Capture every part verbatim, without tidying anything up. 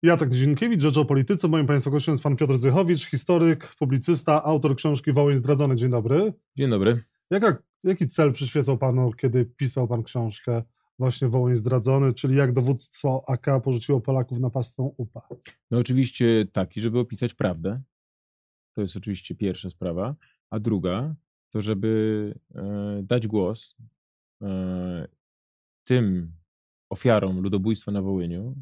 Jacek Dzienkiewicz, Rzecz o Polityce. Moim państwa gościem jest pan Piotr Zychowicz, historyk, publicysta, autor książki Wołyń zdradzony. Dzień dobry. Dzień dobry. Jaka, jaki cel przyświecał panu, kiedy pisał pan książkę właśnie Wołyń zdradzony, czyli jak dowództwo A K porzuciło Polaków na pastwę U P A? No oczywiście taki, żeby opisać prawdę. To jest oczywiście pierwsza sprawa. A druga, to żeby e, dać głos e, tym ofiarom ludobójstwa na Wołyniu,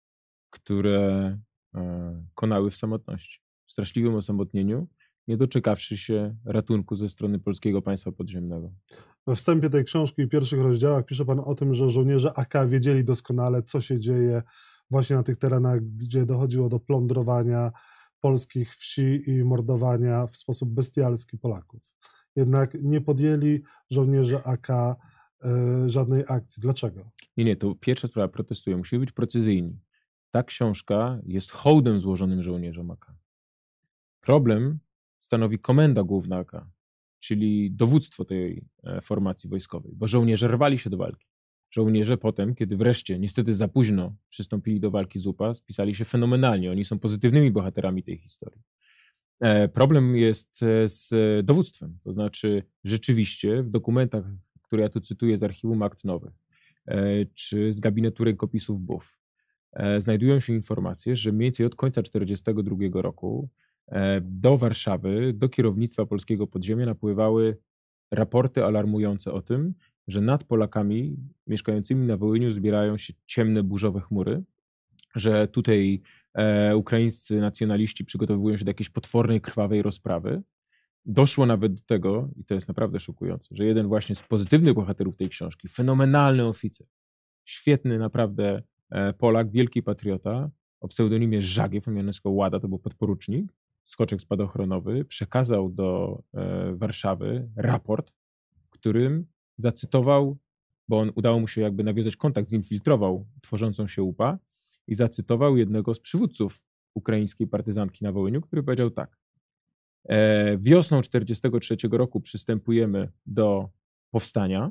które e, konały w samotności, w straszliwym osamotnieniu, nie doczekawszy się ratunku ze strony polskiego państwa podziemnego. We wstępie tej książki i pierwszych rozdziałach pisze pan o tym, że żołnierze A K wiedzieli doskonale, co się dzieje właśnie na tych terenach, gdzie dochodziło do plądrowania polskich wsi i mordowania w sposób bestialski Polaków. Jednak nie podjęli żołnierze A K y, żadnej akcji. Dlaczego? Nie, nie, to pierwsza sprawa, protestuję. Musimy być precyzyjni. Ta książka jest hołdem złożonym żołnierzom A K. Problem stanowi Komenda Główna A K, czyli dowództwo tej formacji wojskowej, bo żołnierze rwali się do walki. Żołnierze potem, kiedy wreszcie, niestety za późno, przystąpili do walki z U P A, spisali się fenomenalnie. Oni są pozytywnymi bohaterami tej historii. Problem jest z dowództwem, to znaczy rzeczywiście w dokumentach, które ja tu cytuję z archiwum akt nowych, czy z gabinetu rękopisów B U F, znajdują się informacje, że mniej więcej od końca tysiąc dziewięćset czterdziestego drugiego roku do Warszawy, do kierownictwa polskiego podziemia napływały raporty alarmujące o tym, że nad Polakami mieszkającymi na Wołyniu zbierają się ciemne, burzowe chmury, że tutaj e, ukraińscy nacjonaliści przygotowują się do jakiejś potwornej, krwawej rozprawy. Doszło nawet do tego, i to jest naprawdę szokujące, że jeden właśnie z pozytywnych bohaterów tej książki, fenomenalny oficer, świetny naprawdę e, Polak, wielki patriota, o pseudonimie Żagiew, on miał nazwisko Łada, to był podporucznik, skoczek spadochronowy, przekazał do e, Warszawy raport, w którym zacytował, bo on udało mu się jakby nawiązać kontakt, zinfiltrował tworzącą się U P A i zacytował jednego z przywódców ukraińskiej partyzantki na Wołyniu, który powiedział tak: e, wiosną tysiąc dziewięćset czterdziestego trzeciego roku przystępujemy do powstania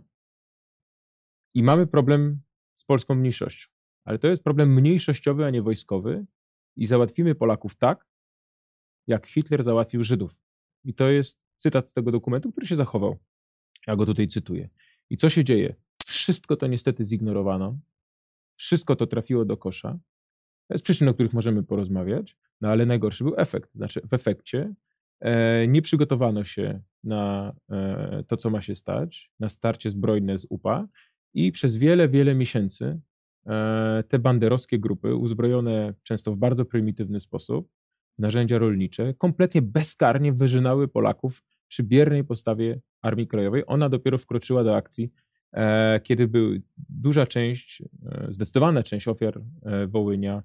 i mamy problem z polską mniejszością, ale to jest problem mniejszościowy, a nie wojskowy i załatwimy Polaków tak, jak Hitler załatwił Żydów. I to jest cytat z tego dokumentu, który się zachował. Ja go tutaj cytuję. I co się dzieje? Wszystko to niestety zignorowano. Wszystko to trafiło do kosza. To jest przyczyn, o których możemy porozmawiać, no ale najgorszy był efekt. Znaczy w efekcie e, nie przygotowano się na e, to, co ma się stać, na starcie zbrojne z U P A i przez wiele, wiele miesięcy e, te banderowskie grupy, uzbrojone często w bardzo prymitywny sposób, narzędzia rolnicze, kompletnie bezkarnie wyżynały Polaków przy biernej postawie Armii Krajowej. Ona dopiero wkroczyła do akcji, e, kiedy była duża część, e, zdecydowana część ofiar e, Wołynia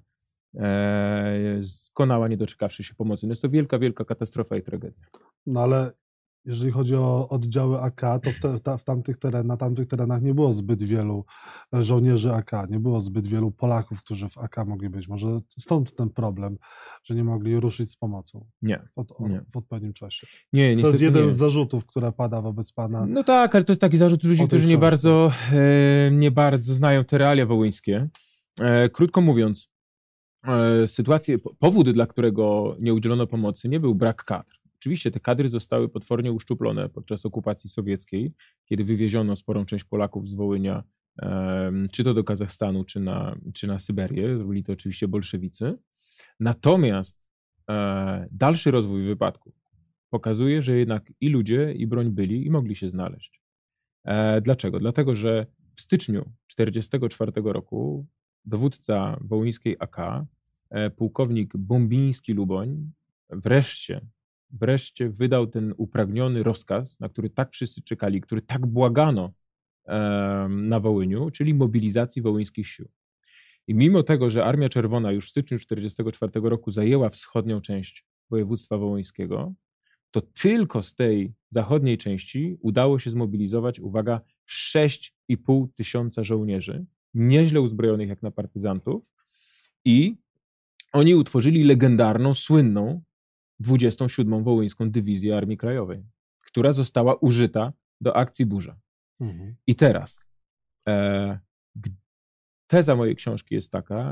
e, skonała, nie doczekawszy się pomocy. No jest to wielka, wielka katastrofa i tragedia. No ale jeżeli chodzi o oddziały A K, to w, te, ta, w tamtych teren, na tamtych terenach nie było zbyt wielu żołnierzy A K, nie było zbyt wielu Polaków, którzy w A K mogli być. Może stąd ten problem, że nie mogli ruszyć z pomocą nie, w, od, nie. w odpowiednim czasie. Nie, to jest jeden nie. z zarzutów, które pada wobec pana. No tak, ale to jest taki zarzut ludzi, którzy nie bardzo, e, nie bardzo znają te realia wołyńskie. E, krótko mówiąc, e, sytuację, powód, dla którego nie udzielono pomocy, nie był brak kadr. Oczywiście te kadry zostały potwornie uszczuplone podczas okupacji sowieckiej, kiedy wywieziono sporą część Polaków z Wołynia, e, czy to do Kazachstanu, czy na, czy na Syberię. Zrobili to oczywiście bolszewicy. Natomiast e, dalszy rozwój wypadków pokazuje, że jednak i ludzie, i broń byli i mogli się znaleźć. E, dlaczego? Dlatego, że w styczniu tysiąc dziewięćset czterdziestego czwartego roku dowódca wołyńskiej A K, e, pułkownik Bombiński-Luboń, wreszcie Wreszcie wydał ten upragniony rozkaz, na który tak wszyscy czekali, który tak błagano e, na Wołyniu, czyli mobilizacji wołyńskich sił. I mimo tego, że Armia Czerwona już w styczniu tysiąc dziewięćset czterdziestego czwartego roku zajęła wschodnią część województwa wołyńskiego, to tylko z tej zachodniej części udało się zmobilizować, uwaga, sześć i pół tysiąca żołnierzy, nieźle uzbrojonych jak na partyzantów, i oni utworzyli legendarną, słynną dwudziestą siódmą Wołyńską Dywizję Armii Krajowej, która została użyta do akcji Burza. Mhm. I teraz e, teza mojej książki jest taka, i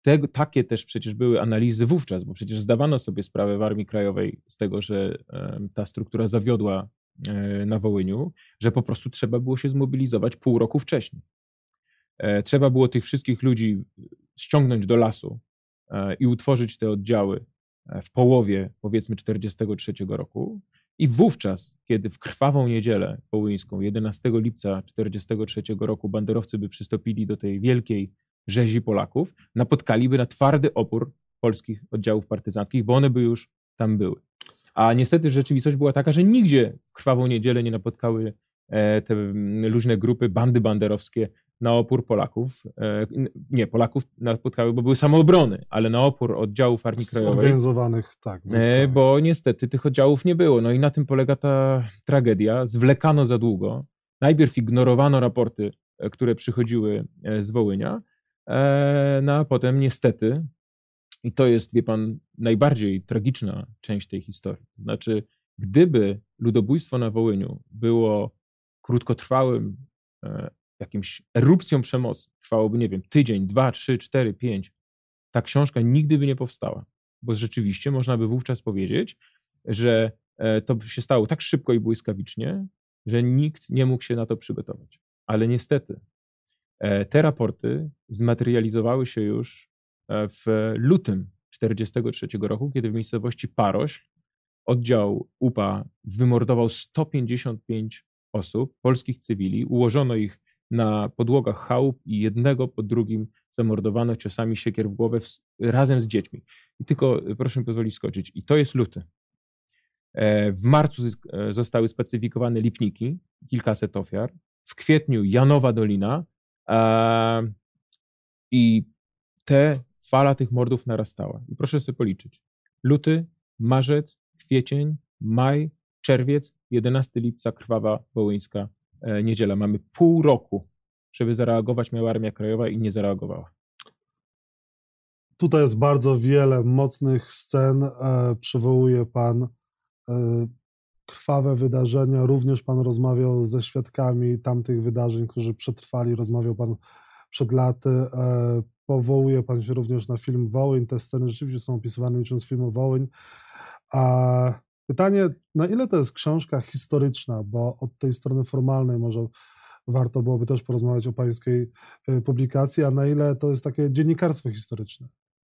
te, takie też przecież były analizy wówczas, bo przecież zdawano sobie sprawę w Armii Krajowej z tego, że ta struktura zawiodła na Wołyniu, że po prostu trzeba było się zmobilizować pół roku wcześniej. Trzeba było tych wszystkich ludzi ściągnąć do lasu i utworzyć te oddziały w połowie, powiedzmy, czterdziestego trzeciego roku i wówczas, kiedy w krwawą niedzielę wołyńską, jedenastego lipca czterdziestego trzeciego roku banderowcy by przystąpili do tej wielkiej rzezi Polaków, napotkaliby na twardy opór polskich oddziałów partyzanckich, bo one by już tam były. A niestety rzeczywistość była taka, że nigdzie w krwawą niedzielę nie napotkały te luźne grupy, bandy banderowskie na opór Polaków. Nie, Polaków napotkały, bo były samoobrony, ale na opór oddziałów Armii Krajowej. Zorganizowanych, tak. Wojskowych. Bo niestety tych oddziałów nie było. No i na tym polega ta tragedia. Zwlekano za długo. Najpierw ignorowano raporty, które przychodziły z Wołynia, no a potem niestety, i to jest, wie pan, najbardziej tragiczna część tej historii. To znaczy, gdyby ludobójstwo na Wołyniu było krótkotrwałym jakimś erupcją przemocy, trwałoby, nie wiem, tydzień, dwa, trzy, cztery, pięć, ta książka nigdy by nie powstała, bo rzeczywiście można by wówczas powiedzieć, że to się stało tak szybko i błyskawicznie, że nikt nie mógł się na to przygotować. Ale niestety te raporty zmaterializowały się już w lutym czterdziestego trzeciego roku, kiedy w miejscowości Parośl oddział U P A wymordował sto pięćdziesiąt pięć osób, polskich cywili, ułożono ich na podłogach chałup i jednego po drugim zamordowano ciosami siekier w głowę w, razem z dziećmi. I tylko, proszę mi pozwolić skoczyć, i to jest luty. W marcu zostały spacyfikowane Lipniki, kilkaset ofiar, w kwietniu Janowa Dolina i te fala tych mordów narastała. I proszę sobie policzyć. Luty, marzec, kwiecień, maj, czerwiec, jedenastego lipca, krwawa wołyńska niedziela. Mamy pół roku, żeby zareagować miała Armia Krajowa i nie zareagowała. Tutaj jest bardzo wiele mocnych scen. Przywołuje pan krwawe wydarzenia. Również pan rozmawiał ze świadkami tamtych wydarzeń, którzy przetrwali. Rozmawiał pan przed laty. Powołuje pan się również na film Wołyń. Te sceny rzeczywiście są opisywane niczym z filmu Wołyń. A pytanie, na ile to jest książka historyczna, bo od tej strony formalnej może warto byłoby też porozmawiać o pańskiej publikacji, a na ile to jest takie dziennikarstwo historyczne?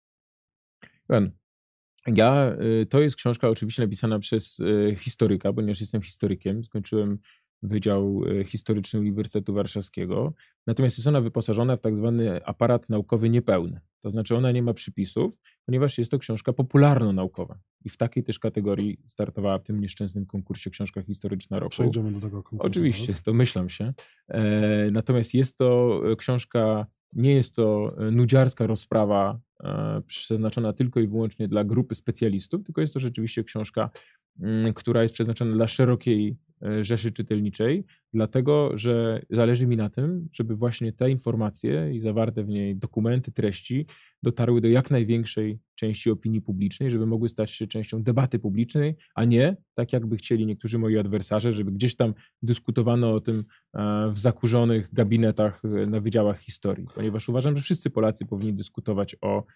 Ja, to jest książka oczywiście napisana przez historyka, ponieważ jestem historykiem, skończyłem Wydział Historyczny Uniwersytetu Warszawskiego, natomiast jest ona wyposażona w tak zwany aparat naukowy niepełny. To znaczy ona nie ma przypisów, ponieważ jest to książka popularno-naukowa i w takiej też kategorii startowała w tym nieszczęsnym konkursie Książka Historyczna Roku. Przejdziemy do tego konkursu. Oczywiście, zaraz. domyślam się. E, natomiast jest to książka, nie jest to nudziarska rozprawa e, przeznaczona tylko i wyłącznie dla grupy specjalistów, tylko jest to rzeczywiście książka, m, która jest przeznaczona dla szerokiej rzeszy czytelniczej, dlatego, że zależy mi na tym, żeby właśnie te informacje i zawarte w niej dokumenty, treści dotarły do jak największej części opinii publicznej, żeby mogły stać się częścią debaty publicznej, a nie, tak jakby chcieli niektórzy moi adwersarze, żeby gdzieś tam dyskutowano o tym w zakurzonych gabinetach na wydziałach historii, ponieważ uważam, że wszyscy Polacy powinni dyskutować o,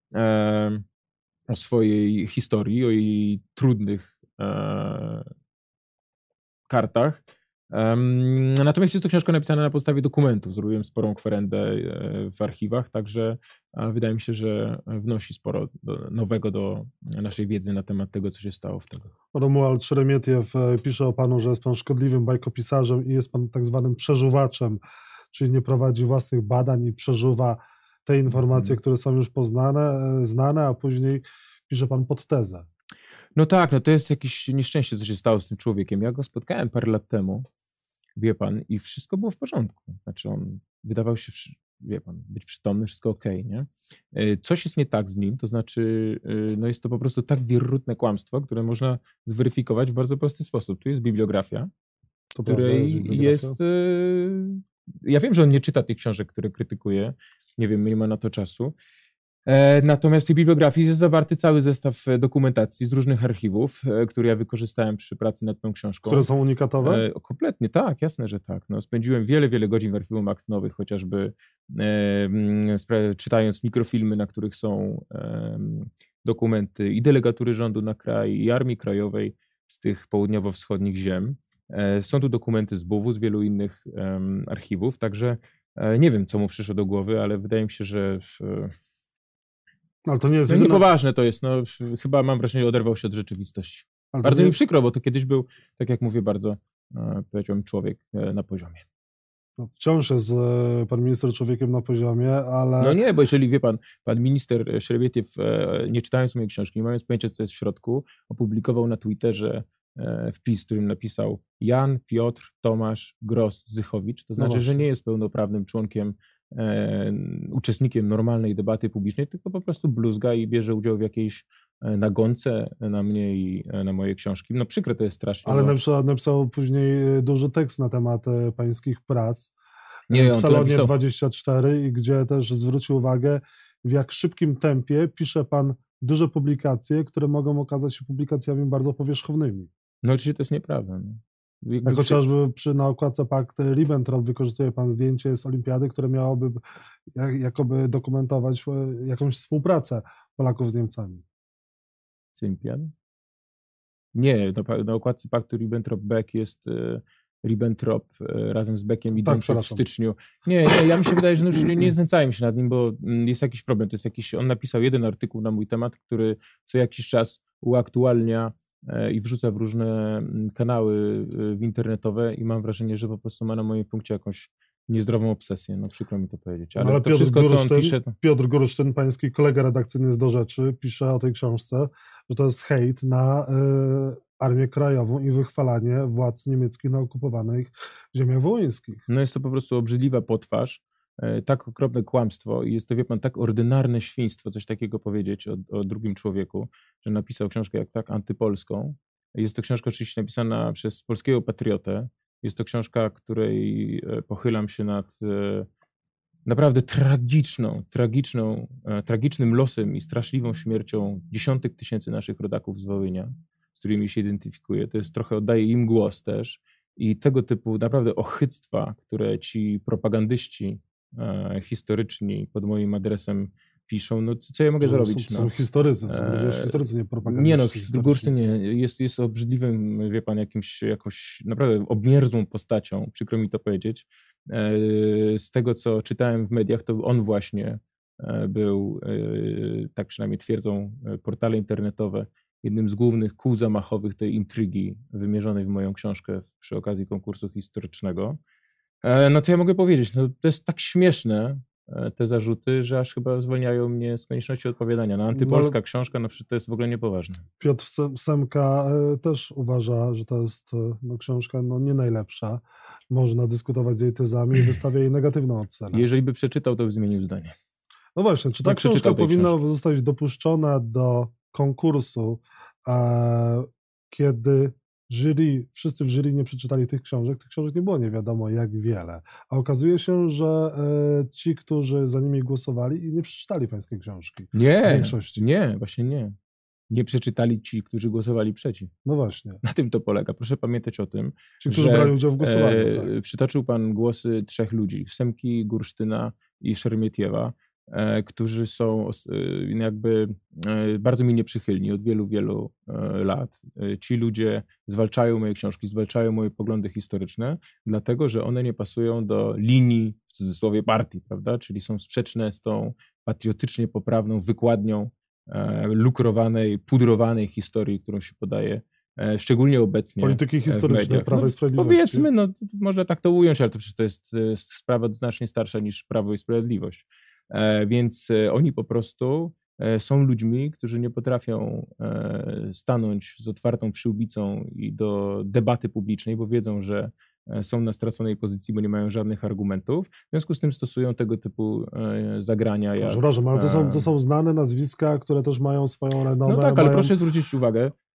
o swojej historii, o jej trudnych kartach. Um, natomiast jest to książka napisana na podstawie dokumentów. Zrobiłem sporą kwerendę w archiwach, także wydaje mi się, że wnosi sporo do, nowego do naszej wiedzy na temat tego, co się stało wtedy. Romuald Szeremietiew pisze o panu, że jest pan szkodliwym bajkopisarzem i jest pan tak zwanym przeżuwaczem, czyli nie prowadzi własnych badań i przeżuwa te informacje, hmm. które są już poznane, znane, a później pisze pan podtezę. No tak, no to jest jakieś nieszczęście, co się stało z tym człowiekiem. Ja go spotkałem parę lat temu, wie pan, i wszystko było w porządku. Znaczy on wydawał się, wie pan, być przytomny, wszystko okej, nie? Coś jest nie tak z nim, to znaczy, no jest to po prostu tak wierutne kłamstwo, które można zweryfikować w bardzo prosty sposób. Tu jest bibliografia, w której jest, bibliografia? jest... Ja wiem, że on nie czyta tych książek, które krytykuje, nie wiem, nie ma na to czasu, E, natomiast w tej bibliografii jest zawarty cały zestaw dokumentacji z różnych archiwów, e, które ja wykorzystałem przy pracy nad tą książką. Które są unikatowe? E, kompletnie, tak, jasne, że tak. No, spędziłem wiele, wiele godzin w archiwum akt nowych, chociażby e, spra- czytając mikrofilmy, na których są e, dokumenty i delegatury rządu na kraj, i Armii Krajowej z tych południowo-wschodnich ziem. E, są tu dokumenty z B U W-u, z wielu innych e, archiwów, także e, nie wiem, co mu przyszło do głowy, ale wydaje mi się, że e, Ale to nie jest no, jedyna... niepoważne to jest. No, chyba mam wrażenie, oderwał się od rzeczywistości. Ale to Bardzo nie... mi przykro, bo to kiedyś był, tak jak mówię, bardzo, e, powiedziałbym, człowiek e, na poziomie. No, wciąż jest e, pan minister człowiekiem na poziomie, ale... No nie, bo jeżeli wie pan, pan minister Szerebietiew, e, nie czytając mojej książki, nie mając pojęcia, co jest w środku, opublikował na Twitterze e, wpis, w którym napisał Jan, Piotr, Tomasz, Gros, Zychowicz. To znaczy, No że nie jest pełnoprawnym członkiem, e, uczestnikiem normalnej debaty publicznej, tylko po prostu bluzga i bierze udział w jakiejś e, nagonce na mnie i e, na moje książki. No przykre to jest strasznie. Ale bo... napisał, napisał później duży tekst na temat e, pańskich prac Nie, w on to Salonie napisał- dwadzieścia cztery i gdzie też zwrócił uwagę, w jak szybkim tempie pisze pan duże publikacje, które mogą okazać się publikacjami bardzo powierzchownymi. No oczywiście to jest nieprawda. No. Jakby Jak przy- chociażby przy na okładce pakt Ribbentrop wykorzystuje pan zdjęcie z olimpiady, które miałoby jak- jakoby dokumentować e, jakąś współpracę Polaków z Niemcami. Olimpiad? Nie, na, pa- na okładce paktu Ribbentrop-Beck jest e, Ribbentrop e, razem z Beckiem idący w przepraszam. styczniu. Nie, nie, ja mi się wydaje, że no już nie, nie znęcajmy się nad nim, bo mm, jest jakiś problem. To jest jakiś, on napisał jeden artykuł na mój temat, który co jakiś czas uaktualnia e, i wrzuca w różne mm, kanały e, w internetowe i mam wrażenie, że po prostu ma na moim punkcie jakąś niezdrową obsesję. No przykro mi to powiedzieć. Ale, No, ale to Piotr wszystko, co on Gursztyn, pisze... To... Piotr Gursztyn, pański kolega redakcyjny z Do Rzeczy, pisze o tej książce, że to jest hejt na y, Armię Krajową i wychwalanie władz niemieckich na okupowanych ziemiach wołyńskich. No jest to po prostu obrzydliwa potwarz, e, tak okropne kłamstwo i jest to, wie pan, tak ordynarne świństwo, coś takiego powiedzieć o, o drugim człowieku, że napisał książkę jak tak antypolską. Jest to książka oczywiście napisana przez polskiego patriotę. Jest to książka, której e, pochylam się nad e, naprawdę tragiczną, tragiczną, e, tragicznym losem i straszliwą śmiercią dziesiątek tysięcy naszych rodaków z Wołynia, z którymi się identyfikuję. To jest trochę, oddaję im głos też. I tego typu naprawdę ochyctwa, które ci propagandyści e, historyczni pod moim adresem piszą, no co ja mogę Że zrobić? Są, No? są historycy, są Eee, również historycy, nie propagandyści. Nie no, historyczni. Gursztyn nie, jest, jest obrzydliwym, wie pan, jakimś, jakąś naprawdę obmierzłą postacią, przykro mi to powiedzieć. E, z tego, co czytałem w mediach, to on właśnie e, był, e, tak przynajmniej twierdzą e, portale internetowe, jednym z głównych kół zamachowych tej intrygi wymierzonej w moją książkę przy okazji konkursu historycznego. E, No co ja mogę powiedzieć? No, to jest tak śmieszne, e, te zarzuty, że aż chyba zwalniają mnie z konieczności odpowiadania. No antypolska No, książka, no przecież to jest w ogóle niepoważne. Piotr Sem- Semka e, też uważa, że to jest e, no, książka no, nie najlepsza. Można dyskutować z jej tezami i wystawia jej negatywną ocenę. Jeżeli by przeczytał, to by zmienił zdanie. No właśnie, czy ta Nie książka przeczytał tej powinna książki. zostać dopuszczona do konkursu, e, kiedy jury, wszyscy w jury nie przeczytali tych książek, tych książek nie było nie wiadomo jak wiele. A okazuje się, że e, ci, którzy za nimi głosowali, nie przeczytali pańskiej książki. W Nie, większości. nie, właśnie nie. Nie przeczytali ci, którzy głosowali przeciw. No właśnie. Na tym to polega. Proszę pamiętać o tym, Ci, którzy że, brali udział w głosowaniu. e, Tak. przytoczył pan głosy trzech ludzi, Semki, Gursztyna i Szermietiewa, e, którzy są os- e, jakby e, bardzo mi nieprzychylni od wielu, wielu e, lat. E, ci ludzie zwalczają moje książki, zwalczają moje poglądy historyczne, dlatego, że one nie pasują do linii, w cudzysłowie, partii, prawda? Czyli są sprzeczne z tą patriotycznie poprawną wykładnią e, lukrowanej, pudrowanej historii, którą się podaje, e, szczególnie obecnie Polityki w historycznej mediach. Prawa No, i Sprawiedliwości. Powiedzmy, no to- to można tak to ująć, ale to przecież to jest e, sprawa znacznie starsza niż Prawo i Sprawiedliwość. E, Więc e, oni po prostu e, są ludźmi, którzy nie potrafią e, stanąć z otwartą przyłbicą i do debaty publicznej, bo wiedzą, że e, są na straconej pozycji, bo nie mają żadnych argumentów. W związku z tym stosują tego typu e, zagrania jak... Przepraszam, ale to są, to e, są znane nazwiska, które też mają swoją renomę. No tak, ale mają... proszę zwrócić uwagę,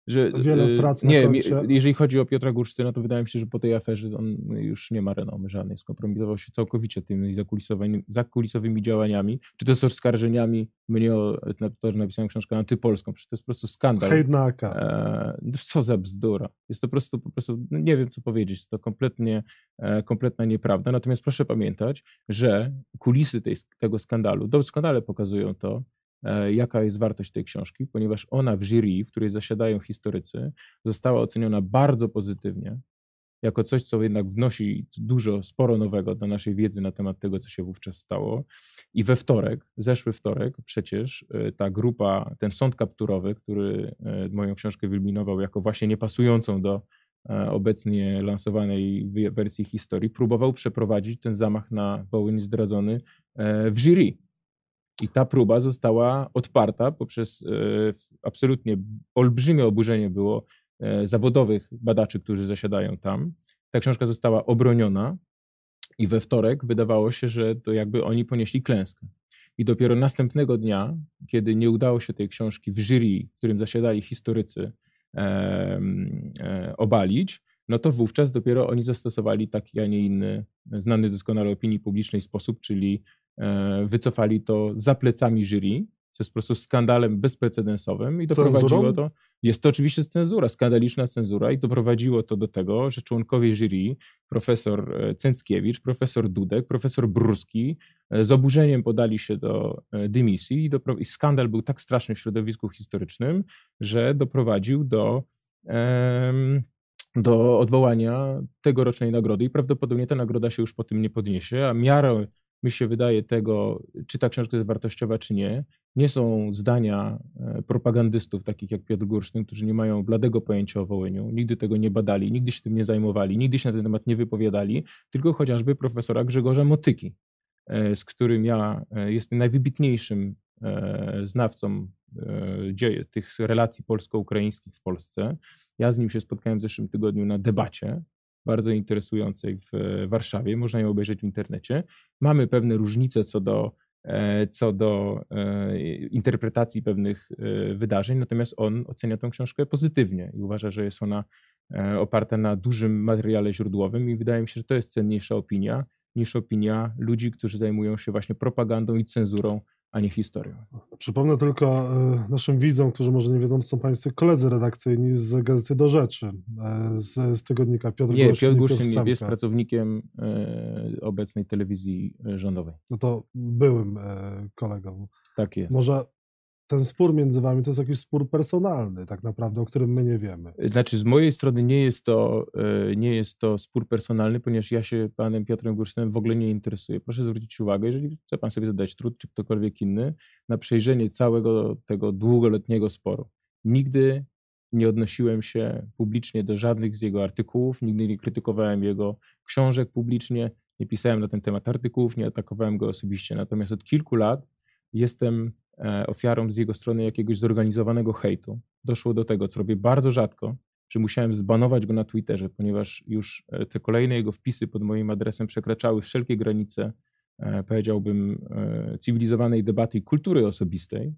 że wiele prac na nie, koncie. jeżeli chodzi o Piotra Gursztyna, to wydaje mi się, że po tej aferze on już nie ma renomy żadnej, skompromitował się całkowicie tymi zakulisowymi, zakulisowymi działaniami, czy też oskarżeniami mnie o to, że napisałem książkę antypolską, przecież to jest po prostu skandal. Hejt na A K. E, co za bzdura. Jest to po prostu, po prostu, no nie wiem co powiedzieć, jest to kompletnie, e, kompletna nieprawda, natomiast proszę pamiętać, że kulisy tej, tego skandalu doskonale pokazują to, jaka jest wartość tej książki, ponieważ ona w jury, w której zasiadają historycy, została oceniona bardzo pozytywnie, jako coś, co jednak wnosi dużo, sporo nowego do naszej wiedzy na temat tego, co się wówczas stało. I we wtorek, zeszły wtorek, przecież ta grupa, ten sąd kapturowy, który moją książkę wyeliminował jako właśnie niepasującą do obecnie lansowanej wersji historii, próbował przeprowadzić ten zamach na Wołyń zdradzony w jury. I ta próba została odparta poprzez e, absolutnie olbrzymie oburzenie było e, zawodowych badaczy, którzy zasiadają tam. Ta książka została obroniona i we wtorek wydawało się, że to jakby oni ponieśli klęskę. I dopiero następnego dnia, kiedy nie udało się tej książki w jury, w którym zasiadali historycy, e, e, obalić, no to wówczas dopiero oni zastosowali taki, a nie inny, znany doskonale opinii publicznej sposób, czyli wycofali to za plecami jury, co jest po prostu skandalem bezprecedensowym i doprowadziło Cenzurą? to, jest to oczywiście cenzura, skandaliczna cenzura i doprowadziło to do tego, że członkowie jury, profesor Cęckiewicz, profesor Dudek, profesor Brurski z oburzeniem podali się do dymisji i, dopro- i skandal był tak straszny w środowisku historycznym, że doprowadził do em, do odwołania tegorocznej nagrody i prawdopodobnie ta nagroda się już po tym nie podniesie, a miarą, mi się wydaje, tego, czy ta książka jest wartościowa, czy nie, nie są zdania propagandystów takich jak Piotr Gursztyn, którzy nie mają bladego pojęcia o Wołyniu, nigdy tego nie badali, nigdy się tym nie zajmowali, nigdy się na ten temat nie wypowiadali, tylko chociażby profesora Grzegorza Motyki, z którym ja jestem najwybitniejszym znawcą dzieje tych relacji polsko-ukraińskich w Polsce. Ja z nim się spotkałem w zeszłym tygodniu na debacie, bardzo interesującej w Warszawie, można ją obejrzeć w internecie. Mamy pewne różnice co do, co do interpretacji pewnych wydarzeń, natomiast on ocenia tę książkę pozytywnie i uważa, że jest ona oparta na dużym materiale źródłowym i wydaje mi się, że to jest cenniejsza opinia niż opinia ludzi, którzy zajmują się właśnie propagandą i cenzurą, a nie historią. Przypomnę tylko naszym widzom, którzy może nie wiedzą, to są państwo koledzy redakcyjni z Gazety do Rzeczy, z, z tygodnika Piotr Nie, Gursztyn. Piotr Gursztyn nie jest pracownikiem e, obecnej telewizji rządowej. No to byłym e, kolegą. Tak jest. Może ten spór między wami to jest jakiś spór personalny tak naprawdę, o którym my nie wiemy. Znaczy z mojej strony nie jest to, nie jest to spór personalny, ponieważ ja się panem Piotrem Gursztynem w ogóle nie interesuję. Proszę zwrócić uwagę, jeżeli chce pan sobie zadać trud, czy ktokolwiek inny, na przejrzenie całego tego długoletniego sporu. Nigdy nie odnosiłem się publicznie do żadnych z jego artykułów, nigdy nie krytykowałem jego książek publicznie, nie pisałem na ten temat artykułów, nie atakowałem go osobiście. Natomiast od kilku lat jestem ofiarą z jego strony jakiegoś zorganizowanego hejtu. Doszło do tego, co robię bardzo rzadko, że musiałem zbanować go na Twitterze, ponieważ już te kolejne jego wpisy pod moim adresem przekraczały wszelkie granice, powiedziałbym, cywilizowanej debaty i kultury osobistej.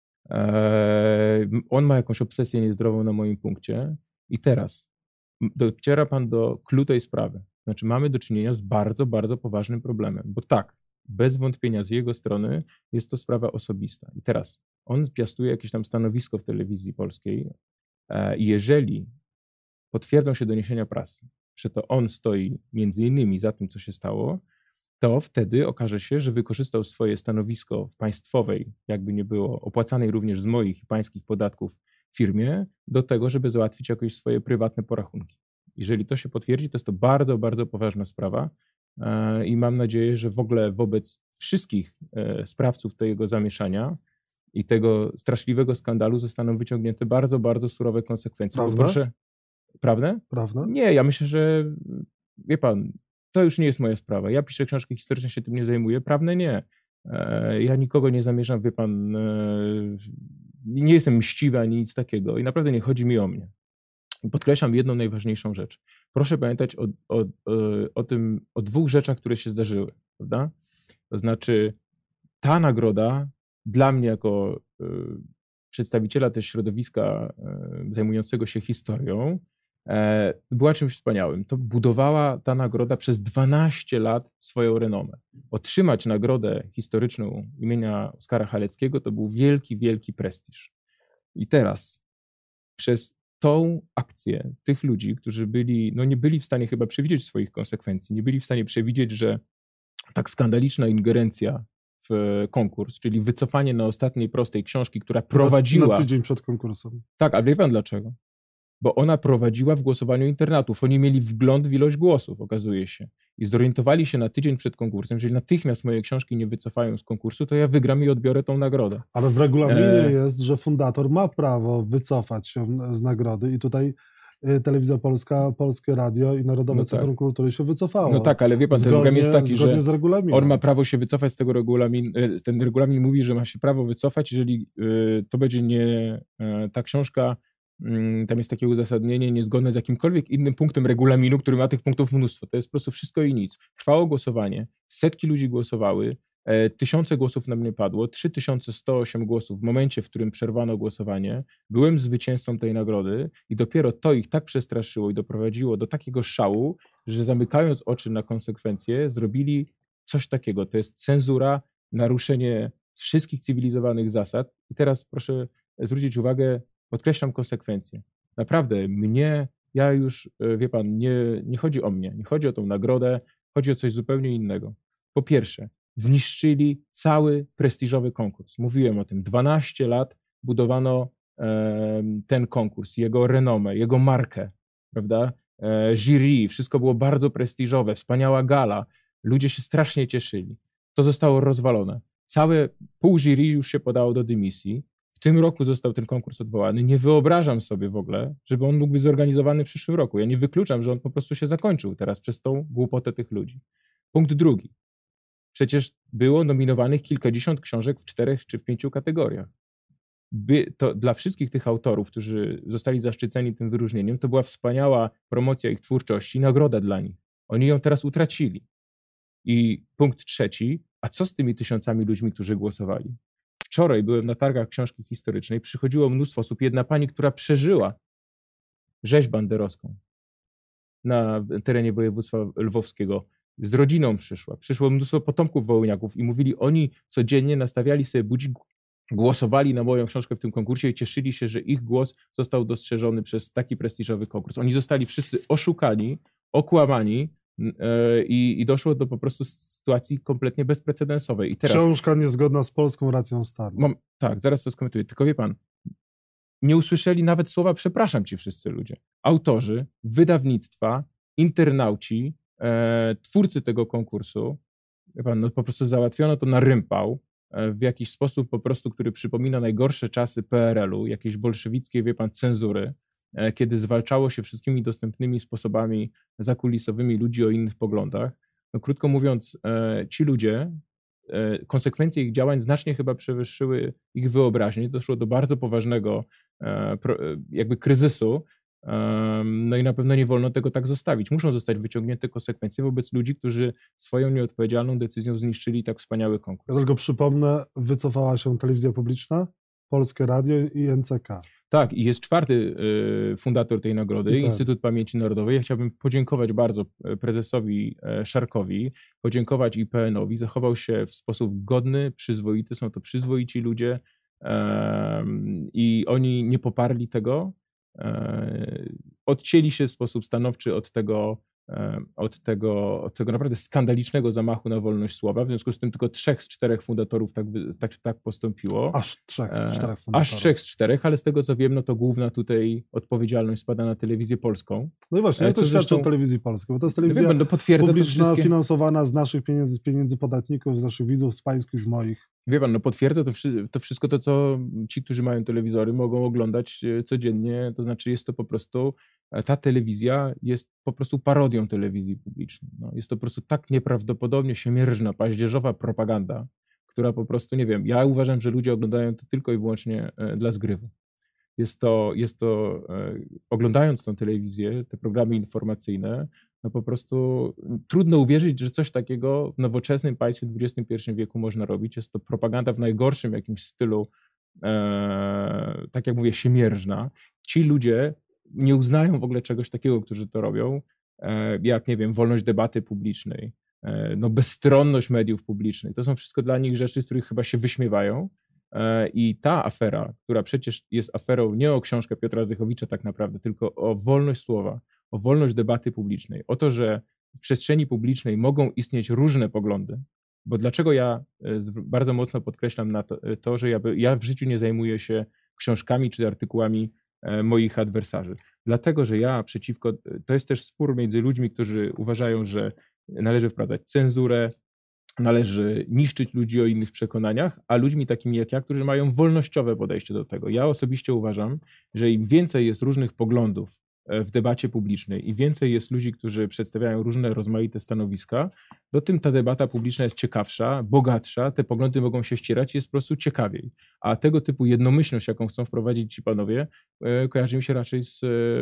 On ma jakąś obsesję niezdrową na moim punkcie i teraz dociera pan do clou tej sprawy. Znaczy mamy do czynienia z bardzo, bardzo poważnym problemem, bo tak, bez wątpienia z jego strony jest to sprawa osobista. I teraz on piastuje jakieś tam stanowisko w telewizji polskiej i jeżeli potwierdzą się doniesienia prasy, że to on stoi między innymi za tym, co się stało, to wtedy okaże się, że wykorzystał swoje stanowisko w państwowej, jakby nie było, opłacanej również z moich i pańskich podatków firmie do tego, żeby załatwić jakieś swoje prywatne porachunki. Jeżeli to się potwierdzi, to jest to bardzo, bardzo poważna sprawa i mam nadzieję, że w ogóle wobec wszystkich sprawców tego zamieszania i tego straszliwego skandalu zostaną wyciągnięte bardzo, bardzo surowe konsekwencje. Prawda? Proszę, prawda? Prawda? Nie, ja myślę, że wie pan, to już nie jest moja sprawa. Ja piszę książki historyczne, się tym nie zajmuję, prawne nie. Ja nikogo nie zamierzam, wie pan, nie jestem mściwy ani nic takiego i naprawdę nie chodzi mi o mnie. Podkreślam jedną najważniejszą rzecz. Proszę pamiętać o, o, o tym, o dwóch rzeczach, które się zdarzyły, prawda? To znaczy ta nagroda dla mnie jako y, przedstawiciela też środowiska zajmującego się historią, e, była czymś wspaniałym. To budowała ta nagroda przez dwanaście lat swoją renomę. Otrzymać nagrodę historyczną imienia Oskara Haleckiego to był wielki, wielki prestiż. I teraz przez tą akcję tych ludzi, którzy byli, no nie byli w stanie chyba przewidzieć swoich konsekwencji, nie byli w stanie przewidzieć, że tak skandaliczna ingerencja w konkurs, czyli wycofanie na ostatniej prostej książki, która prowadziła... Na, na tydzień przed konkursem. Tak, a wie pan dlaczego? Bo ona prowadziła w głosowaniu internatów. Oni mieli wgląd w ilość głosów, okazuje się. I zorientowali się na tydzień przed konkursem, jeżeli natychmiast moje książki nie wycofają z konkursu, to ja wygram i odbiorę tą nagrodę. Ale w regulaminie e... jest, że fundator ma prawo wycofać się z nagrody i tutaj Telewizja Polska, Polskie Radio i Narodowe no Centrum tak. Kultury się wycofało. No tak, ale wie pan, zgodnie, ten regulamin jest taki, zgodnie że z regulaminem. On ma prawo się wycofać z tego regulaminu. Ten regulamin mówi, że ma się prawo wycofać, jeżeli to będzie nie ta książka, tam jest takie uzasadnienie niezgodne z jakimkolwiek innym punktem regulaminu, który ma tych punktów mnóstwo. To jest po prostu wszystko i nic. Trwało głosowanie, setki ludzi głosowały, tysiące głosów na mnie padło, trzy tysiące sto osiem głosów w momencie, w którym przerwano głosowanie. Byłem zwycięzcą tej nagrody i dopiero to ich tak przestraszyło i doprowadziło do takiego szału, że zamykając oczy na konsekwencje, zrobili coś takiego. To jest cenzura, naruszenie wszystkich cywilizowanych zasad. I teraz proszę zwrócić uwagę, podkreślam konsekwencje. Naprawdę mnie, ja już, wie pan, nie, nie chodzi o mnie, nie chodzi o tą nagrodę, chodzi o coś zupełnie innego. Po pierwsze, zniszczyli cały prestiżowy konkurs. Mówiłem o tym. dwanaście lat budowano e, ten konkurs, jego renomę, jego markę, prawda? E, jury, wszystko było bardzo prestiżowe, wspaniała gala. Ludzie się strasznie cieszyli. To zostało rozwalone. Całe pół jury już się podało do dymisji. W tym roku został ten konkurs odwołany. Nie wyobrażam sobie w ogóle, żeby on mógł być zorganizowany w przyszłym roku. Ja nie wykluczam, że on po prostu się zakończył teraz przez tą głupotę tych ludzi. Punkt drugi. Przecież było nominowanych kilkadziesiąt książek w czterech czy w pięciu kategoriach. By, to dla wszystkich tych autorów, którzy zostali zaszczyceni tym wyróżnieniem, to była wspaniała promocja ich twórczości, nagroda dla nich. Oni ją teraz utracili. I punkt trzeci, a co z tymi tysiącami ludźmi, którzy głosowali? Wczoraj byłem na targach książki historycznej, przychodziło mnóstwo osób. Jedna pani, która przeżyła rzeź banderowską na terenie województwa lwowskiego, z rodziną przyszła. Przyszło mnóstwo potomków wołyniaków i mówili, oni codziennie nastawiali sobie budzik, głosowali na moją książkę w tym konkursie i cieszyli się, że ich głos został dostrzeżony przez taki prestiżowy konkurs. Oni zostali wszyscy oszukani, okłamani yy, i doszło do po prostu sytuacji kompletnie bezprecedensowej. I teraz, książka niezgodna z polską racją stanu. Mam, tak, zaraz to skomentuję. Tylko wie pan, nie usłyszeli nawet słowa przepraszam ci wszyscy ludzie. Autorzy, wydawnictwa, internauci, E, twórcy tego konkursu, wie pan, no po prostu załatwiono to na rympał, e, w jakiś sposób po prostu, który przypomina najgorsze czasy P R L-u, jakieś bolszewickie, wie pan, cenzury, e, kiedy zwalczało się wszystkimi dostępnymi sposobami zakulisowymi ludzi o innych poglądach. No, krótko mówiąc, e, ci ludzie, e, konsekwencje ich działań znacznie chyba przewyższyły ich wyobraźnię. Doszło do bardzo poważnego e, pro, jakby kryzysu. No i na pewno nie wolno tego tak zostawić. Muszą zostać wyciągnięte konsekwencje wobec ludzi, którzy swoją nieodpowiedzialną decyzją zniszczyli tak wspaniały konkurs. Ja tylko przypomnę, wycofała się telewizja publiczna, Polskie Radio i N C K. Tak, i jest czwarty y, fundator tej nagrody, tak. Instytut Pamięci Narodowej. Ja chciałbym podziękować bardzo prezesowi Szarkowi, podziękować I P N-owi. Zachował się w sposób godny, przyzwoity, są to przyzwoici ludzie y, i oni nie poparli tego. Odcięli się w sposób stanowczy od tego, od tego, od tego naprawdę skandalicznego zamachu na wolność słowa. W związku z tym tylko trzech z czterech fundatorów tak, tak, tak postąpiło. Aż trzech z czterech fundatorów. Aż trzech z czterech, ale z tego co wiem, no to główna tutaj odpowiedzialność spada na Telewizję Polską. No i właśnie, jak to świadczy zresztą... o Telewizji Polskiej? Bo to jest telewizja no potwierdza publiczna, wszystkie... finansowana z naszych pieniędzy, z pieniędzy podatników, z naszych widzów, z pańskich, z moich. Wie pan, no potwierdza to, to wszystko to, co ci, którzy mają telewizory, mogą oglądać codziennie, to znaczy jest to po prostu, ta telewizja jest po prostu parodią telewizji publicznej. No, jest to po prostu tak nieprawdopodobnie siemierzna, paździerzowa propaganda, która po prostu, nie wiem, ja uważam, że ludzie oglądają to tylko i wyłącznie dla zgrywu. Jest to, jest to oglądając tę telewizję, te programy informacyjne, no po prostu trudno uwierzyć, że coś takiego w nowoczesnym państwie w dwudziestym pierwszym wieku można robić. Jest to propaganda w najgorszym jakimś stylu, e, tak jak mówię, siemierzna. ci ludzie nie uznają w ogóle czegoś takiego, którzy to robią, jak, nie wiem, wolność debaty publicznej, no bezstronność mediów publicznych. To są wszystko dla nich rzeczy, z których chyba się wyśmiewają. I ta afera, która przecież jest aferą nie o książkę Piotra Zychowicza tak naprawdę, tylko o wolność słowa, o wolność debaty publicznej, o to, że w przestrzeni publicznej mogą istnieć różne poglądy, bo dlaczego ja bardzo mocno podkreślam na to, to że ja, ja w życiu nie zajmuję się książkami czy artykułami moich adwersarzy. Dlatego, że ja przeciwko, to jest też spór między ludźmi, którzy uważają, że należy wprowadzać cenzurę, należy niszczyć ludzi o innych przekonaniach, a ludźmi takimi jak ja, którzy mają wolnościowe podejście do tego. Ja osobiście uważam, że im więcej jest różnych poglądów w debacie publicznej i więcej jest ludzi, którzy przedstawiają różne rozmaite stanowiska, to tym ta debata publiczna jest ciekawsza, bogatsza, te poglądy mogą się ścierać i jest po prostu ciekawiej. A tego typu jednomyślność, jaką chcą wprowadzić ci panowie, kojarzy mi się raczej z,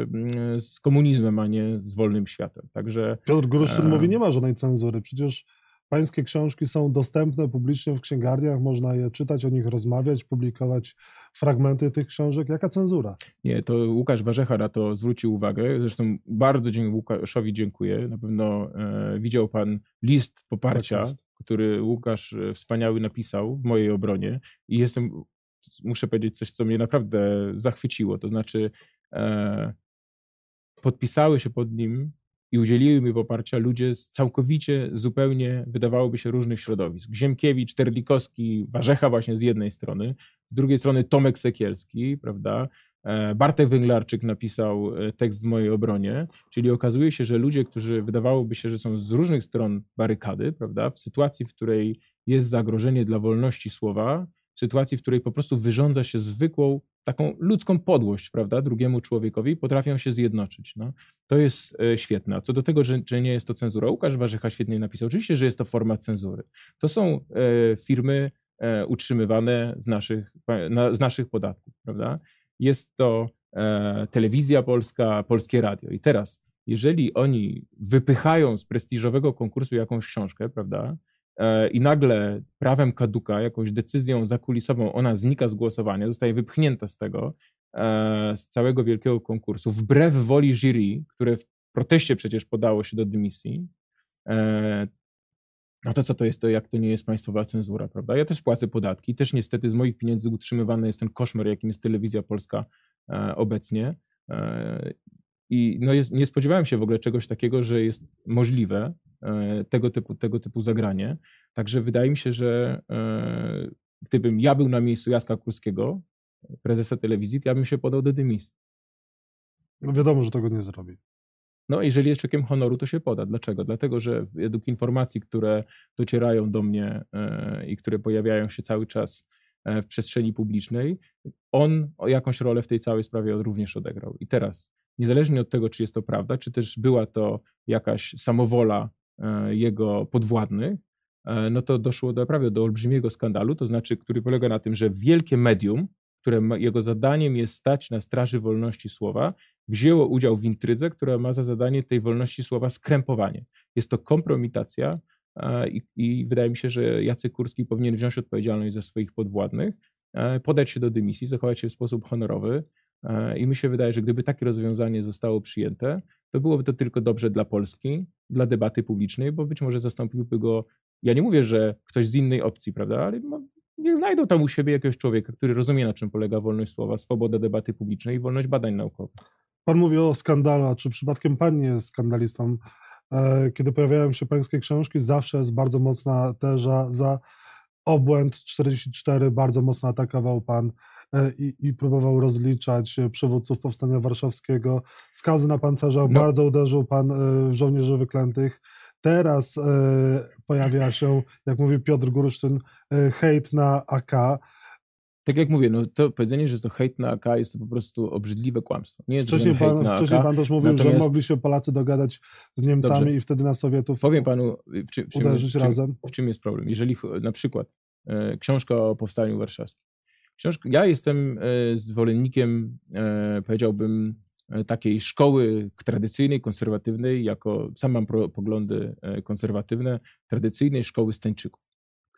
z komunizmem, a nie z wolnym światem. Także Piotr Gruszczyn e... mówi, nie ma żadnej cenzury, przecież pańskie książki są dostępne publicznie w księgarniach, można je czytać, o nich rozmawiać, publikować fragmenty tych książek. Jaka cenzura? Nie, to Łukasz Warzecha na to zwrócił uwagę. Zresztą bardzo Łukaszowi dziękuję. Na pewno e, widział pan list poparcia, tak który Łukasz wspaniały napisał w mojej obronie i jestem, muszę powiedzieć coś, co mnie naprawdę zachwyciło. To znaczy e, podpisały się pod nim i udzieliły mi poparcia ludzie z całkowicie, zupełnie, wydawałoby się, różnych środowisk. Ziemkiewicz, Terlikowski, Warzecha właśnie z jednej strony, z drugiej strony Tomek Sekielski, prawda? Bartek Węglarczyk napisał tekst w mojej obronie, czyli okazuje się, że ludzie, którzy wydawałoby się, że są z różnych stron barykady, prawda? W sytuacji, w której jest zagrożenie dla wolności słowa, w sytuacji, w której po prostu wyrządza się zwykłą, taką ludzką podłość, prawda, drugiemu człowiekowi, potrafią się zjednoczyć. No. To jest e, świetne. A co do tego, że, że nie jest to cenzura, Łukasz Warzecha świetnie napisał, oczywiście, że jest to forma cenzury. To są e, firmy e, utrzymywane z naszych, na, z naszych podatków, prawda. Jest to e, telewizja polska, Polskie Radio. I teraz, jeżeli oni wypychają z prestiżowego konkursu jakąś książkę, prawda, i nagle prawem kaduka, jakąś decyzją zakulisową, ona znika z głosowania, zostaje wypchnięta z tego, z całego wielkiego konkursu, wbrew woli jury, które w proteście przecież podało się do dymisji, no to co to jest to, jak to nie jest państwowa cenzura, prawda? Ja też płacę podatki, też niestety z moich pieniędzy utrzymywany jest ten koszmar, jakim jest telewizja polska obecnie. I no jest, nie spodziewałem się w ogóle czegoś takiego, że jest możliwe tego typu, tego typu zagranie. Także wydaje mi się, że e, gdybym ja był na miejscu Jacka Kurskiego, prezesa telewizji, to ja bym się podał do dymisji. No wiadomo, że tego nie zrobi. No jeżeli jest czekiem honoru, to się poda. Dlaczego? Dlatego, że według informacji, które docierają do mnie e, i które pojawiają się cały czas w przestrzeni publicznej, on jakąś rolę w tej całej sprawie również odegrał. I teraz, niezależnie od tego, czy jest to prawda, czy też była to jakaś samowola jego podwładnych, no to doszło do, naprawdę do olbrzymiego skandalu, to znaczy, który polega na tym, że wielkie medium, które ma, jego zadaniem jest stać na straży wolności słowa, wzięło udział w intrydze, która ma za zadanie tej wolności słowa skrępowanie. Jest to kompromitacja i, i wydaje mi się, że Jacek Kurski powinien wziąć odpowiedzialność za swoich podwładnych, podać się do dymisji, zachować się w sposób honorowy i mi się wydaje, że gdyby takie rozwiązanie zostało przyjęte, to byłoby to tylko dobrze dla Polski, dla debaty publicznej, bo być może zastąpiłby go, ja nie mówię, że ktoś z innej opcji, prawda, ale niech znajdą tam u siebie jakiegoś człowieka, który rozumie, na czym polega wolność słowa, swoboda debaty publicznej i wolność badań naukowych. Pan mówi o skandalu, a czy przypadkiem pan nie jest skandalistą? Kiedy pojawiają się pańskie książki, zawsze jest bardzo mocna teza za obłęd czterdzieści cztery, bardzo mocno atakował pan i, i próbował rozliczać przywódców Powstania Warszawskiego. Skazy na pancerzach, no. Bardzo uderzył pan w żołnierzy wyklętych. Teraz e, pojawia się, jak mówi Piotr Gruszczyn, e, hejt na A K. Tak jak mówię, no to powiedzenie, że jest to hejt na A K jest to po prostu obrzydliwe kłamstwo. Nie jest wcześniej pan, hejt na wcześniej A K, pan też mówił, natomiast... że mogli się Polacy dogadać z Niemcami. Dobrze. I wtedy na Sowietów powiem panu, w czym, w czym, uderzyć w czym, razem. W czym jest problem? Jeżeli na przykład e, książka o Powstaniu Warszawskim. Książka, ja jestem e, zwolennikiem, e, powiedziałbym, takiej szkoły tradycyjnej, konserwatywnej, jako sam mam pro, poglądy konserwatywne, tradycyjnej szkoły Stańczyków,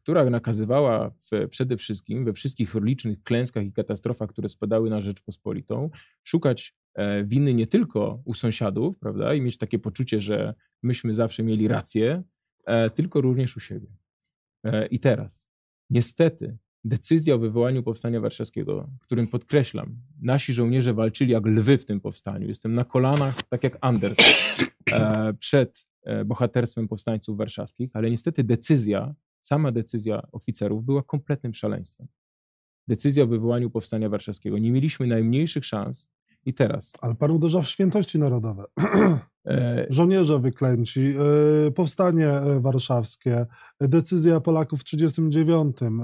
która nakazywała w, przede wszystkim we wszystkich licznych klęskach i katastrofach, które spadały na Rzeczpospolitą, szukać e, winy nie tylko u sąsiadów, prawda, i mieć takie poczucie, że myśmy zawsze mieli rację, e, tylko również u siebie. E, I teraz, niestety, decyzja o wywołaniu Powstania Warszawskiego, którym podkreślam, nasi żołnierze walczyli jak lwy w tym powstaniu. Jestem na kolanach, tak jak Anders, e, przed e, bohaterstwem powstańców warszawskich, ale niestety decyzja, sama decyzja oficerów była kompletnym szaleństwem. Decyzja o wywołaniu Powstania Warszawskiego. Nie mieliśmy najmniejszych szans i teraz... Ale pan uderza w świętości narodowe. Żołnierze wyklęci, powstanie warszawskie, decyzja Polaków w tysiąc dziewięćset trzydziestym dziewiątym.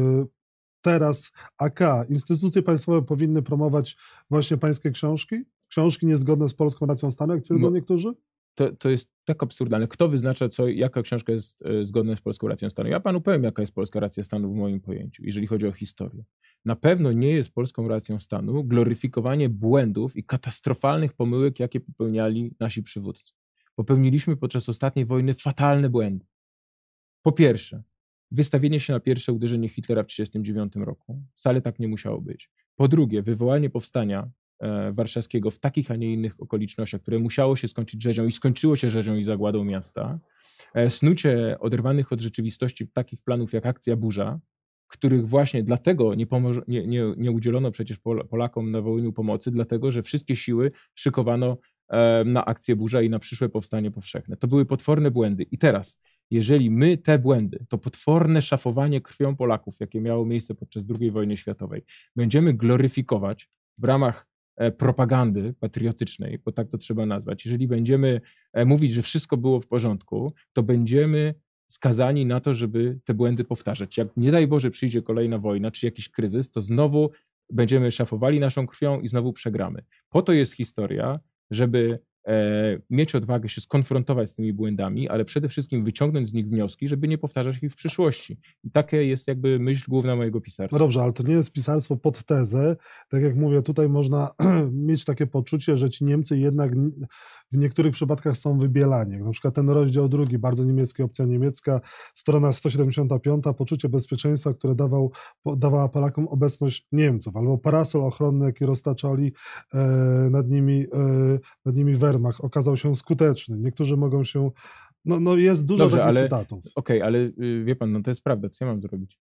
Teraz A K, instytucje państwowe powinny promować właśnie pańskie książki? Książki niezgodne z polską racją stanu, jak twierdzą no, niektórzy? To, to jest tak absurdalne. Kto wyznacza, co, jaka książka jest zgodna z polską racją stanu? Ja panu powiem, jaka jest polska racja stanu w moim pojęciu, jeżeli chodzi o historię. Na pewno nie jest polską racją stanu gloryfikowanie błędów i katastrofalnych pomyłek, jakie popełniali nasi przywódcy. Popełniliśmy podczas ostatniej wojny fatalne błędy. Po pierwsze, wystawienie się na pierwsze uderzenie Hitlera w tysiąc dziewięćset trzydziestym dziewiątym roku. Wcale tak nie musiało być. Po drugie, wywołanie powstania e, warszawskiego w takich, a nie innych okolicznościach, które musiało się skończyć rzezią i skończyło się rzezią i zagładą miasta. E, snucie oderwanych od rzeczywistości takich planów jak Akcja Burza, których właśnie dlatego nie, pomoże, nie, nie, nie udzielono przecież Polakom na Wołyniu pomocy, dlatego że wszystkie siły szykowano e, na Akcję Burza i na przyszłe powstanie powszechne. To były potworne błędy. I teraz, jeżeli my te błędy, to potworne szafowanie krwią Polaków, jakie miało miejsce podczas drugiej wojny światowej, będziemy gloryfikować w ramach e, propagandy patriotycznej, bo tak to trzeba nazwać, jeżeli będziemy e, mówić, że wszystko było w porządku, to będziemy skazani na to, żeby te błędy powtarzać. Jak nie daj Boże przyjdzie kolejna wojna, czy jakiś kryzys, to znowu będziemy szafowali naszą krwią i znowu przegramy. Po to jest historia, żeby e, mieć odwagę się skonfrontować z tymi błędami, ale przede wszystkim wyciągnąć z nich wnioski, żeby nie powtarzać ich w przyszłości. I taka jest jakby myśl główna mojego pisarstwa. No dobrze, ale to nie jest pisarstwo pod tezę. Tak jak mówię, tutaj można mieć takie poczucie, że ci Niemcy jednak w niektórych przypadkach są wybielani. Na przykład ten rozdział drugi, bardzo niemiecki, opcja niemiecka, strona sto siedemdziesiąta piąta, poczucie bezpieczeństwa, które dawał, dawała Polakom obecność Niemców, albo parasol ochronny, jaki roztaczali e, nad nimi, e, nad nimi Wehrmacht, okazał się skuteczny. Niektórzy mogą się... No, no jest dużo Dobrze, takich ale, cytatów. Okej, okay, ale y, wie pan, no to jest prawda, co ja mam zrobić?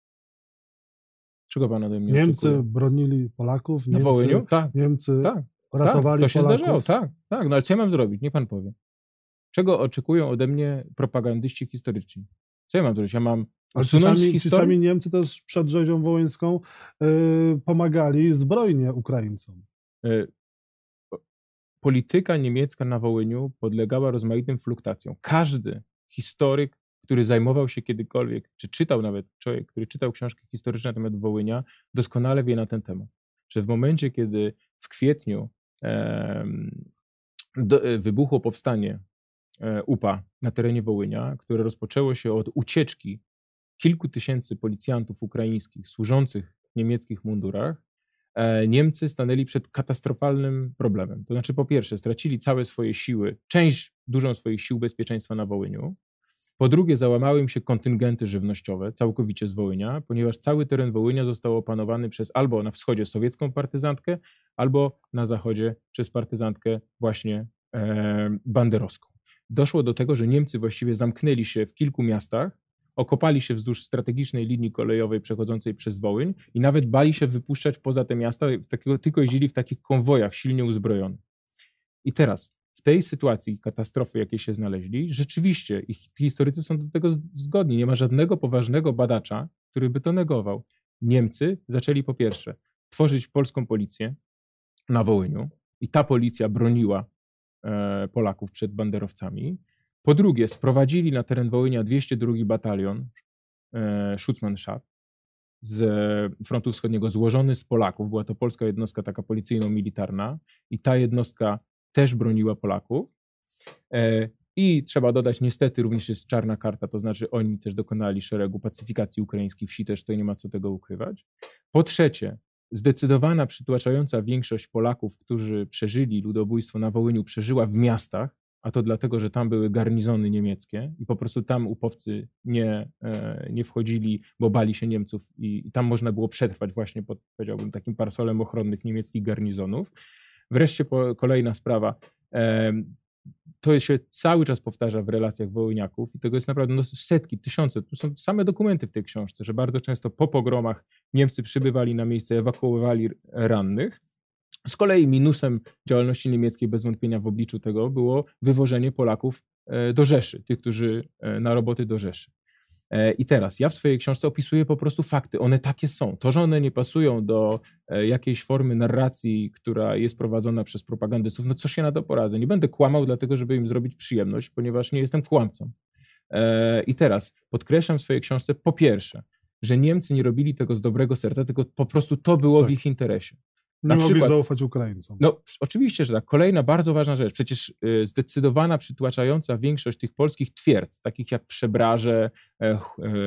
Czego pan ode mnie Niemcy oczekuje? bronili Polaków, Na Niemcy, Wołyniu? Tak, Niemcy tak, ratowali tak, to się Polaków. zdarzało, tak, tak, no ale co ja mam zrobić? Niech pan powie. Czego oczekują ode mnie propagandyści historyczni? Co ja mam zrobić? Ja mam Ale usunąć ci sami, historię? ci sami Niemcy też przed rzezią wołyńską yy, pomagali zbrojnie Ukraińcom. Y, Polityka niemiecka na Wołyniu podlegała rozmaitym fluktuacjom. Każdy historyk, który zajmował się kiedykolwiek, czy czytał nawet człowiek, który czytał książki historyczne na temat Wołynia, doskonale wie na ten temat, że w momencie, kiedy w kwietniu e, do, wybuchło powstanie e, U P A na terenie Wołynia, które rozpoczęło się od ucieczki kilku tysięcy policjantów ukraińskich służących w niemieckich mundurach, Niemcy stanęli przed katastrofalnym problemem. To znaczy, po pierwsze, stracili całe swoje siły, część dużą swoich sił bezpieczeństwa na Wołyniu. Po drugie, załamały im się kontyngenty żywnościowe całkowicie z Wołynia, ponieważ cały teren Wołynia został opanowany przez albo na wschodzie sowiecką partyzantkę, albo na zachodzie przez partyzantkę właśnie e, banderowską. Doszło do tego, że Niemcy właściwie zamknęli się w kilku miastach, okopali się wzdłuż strategicznej linii kolejowej przechodzącej przez Wołyń i nawet bali się wypuszczać poza te miasta, takiego, tylko jeździli w takich konwojach silnie uzbrojonych. I teraz w tej sytuacji katastrofy, jakiej się znaleźli, rzeczywiście ich historycy są do tego zgodni. Nie ma żadnego poważnego badacza, który by to negował. Niemcy zaczęli po pierwsze tworzyć polską policję na Wołyniu i ta policja broniła e, Polaków przed banderowcami. Po drugie, sprowadzili na teren Wołynia dwieście drugi batalion e, Schutzmannschaft z frontu wschodniego, złożony z Polaków. Była to polska jednostka taka policyjno-militarna i ta jednostka też broniła Polaków. E, I trzeba dodać, niestety również jest czarna karta, to znaczy oni też dokonali szeregu pacyfikacji ukraińskiej wsi, też tutaj nie ma co tego ukrywać. Po trzecie, zdecydowana, przytłaczająca większość Polaków, którzy przeżyli ludobójstwo na Wołyniu, przeżyła w miastach, a to dlatego, że tam były garnizony niemieckie i po prostu tam upowcy nie, nie wchodzili, bo bali się Niemców i, i tam można było przetrwać właśnie pod, powiedziałbym, takim parasolem ochronnych niemieckich garnizonów. Wreszcie po, kolejna sprawa. To się cały czas powtarza w relacjach wołyniaków i tego jest naprawdę no, setki, tysiące. Tu są same dokumenty w tej książce, że bardzo często po pogromach Niemcy przybywali na miejsce, ewakuowali rannych. Z kolei minusem działalności niemieckiej bez wątpienia w obliczu tego było wywożenie Polaków do Rzeszy, tych, którzy na roboty do Rzeszy. I teraz ja w swojej książce opisuję po prostu fakty. One takie są. To, że one nie pasują do jakiejś formy narracji, która jest prowadzona przez propagandystów, no co się na to poradzę. Nie będę kłamał dlatego, żeby im zrobić przyjemność, ponieważ nie jestem kłamcą. I teraz podkreślam w swojej książce po pierwsze, że Niemcy nie robili tego z dobrego serca, tylko po prostu to było tak w ich interesie. Nie mogli przykład, zaufać Ukraińcom. No oczywiście, że tak. Kolejna bardzo ważna rzecz. Przecież y, zdecydowana, przytłaczająca większość tych polskich twierdz, takich jak Przebraże, e, e,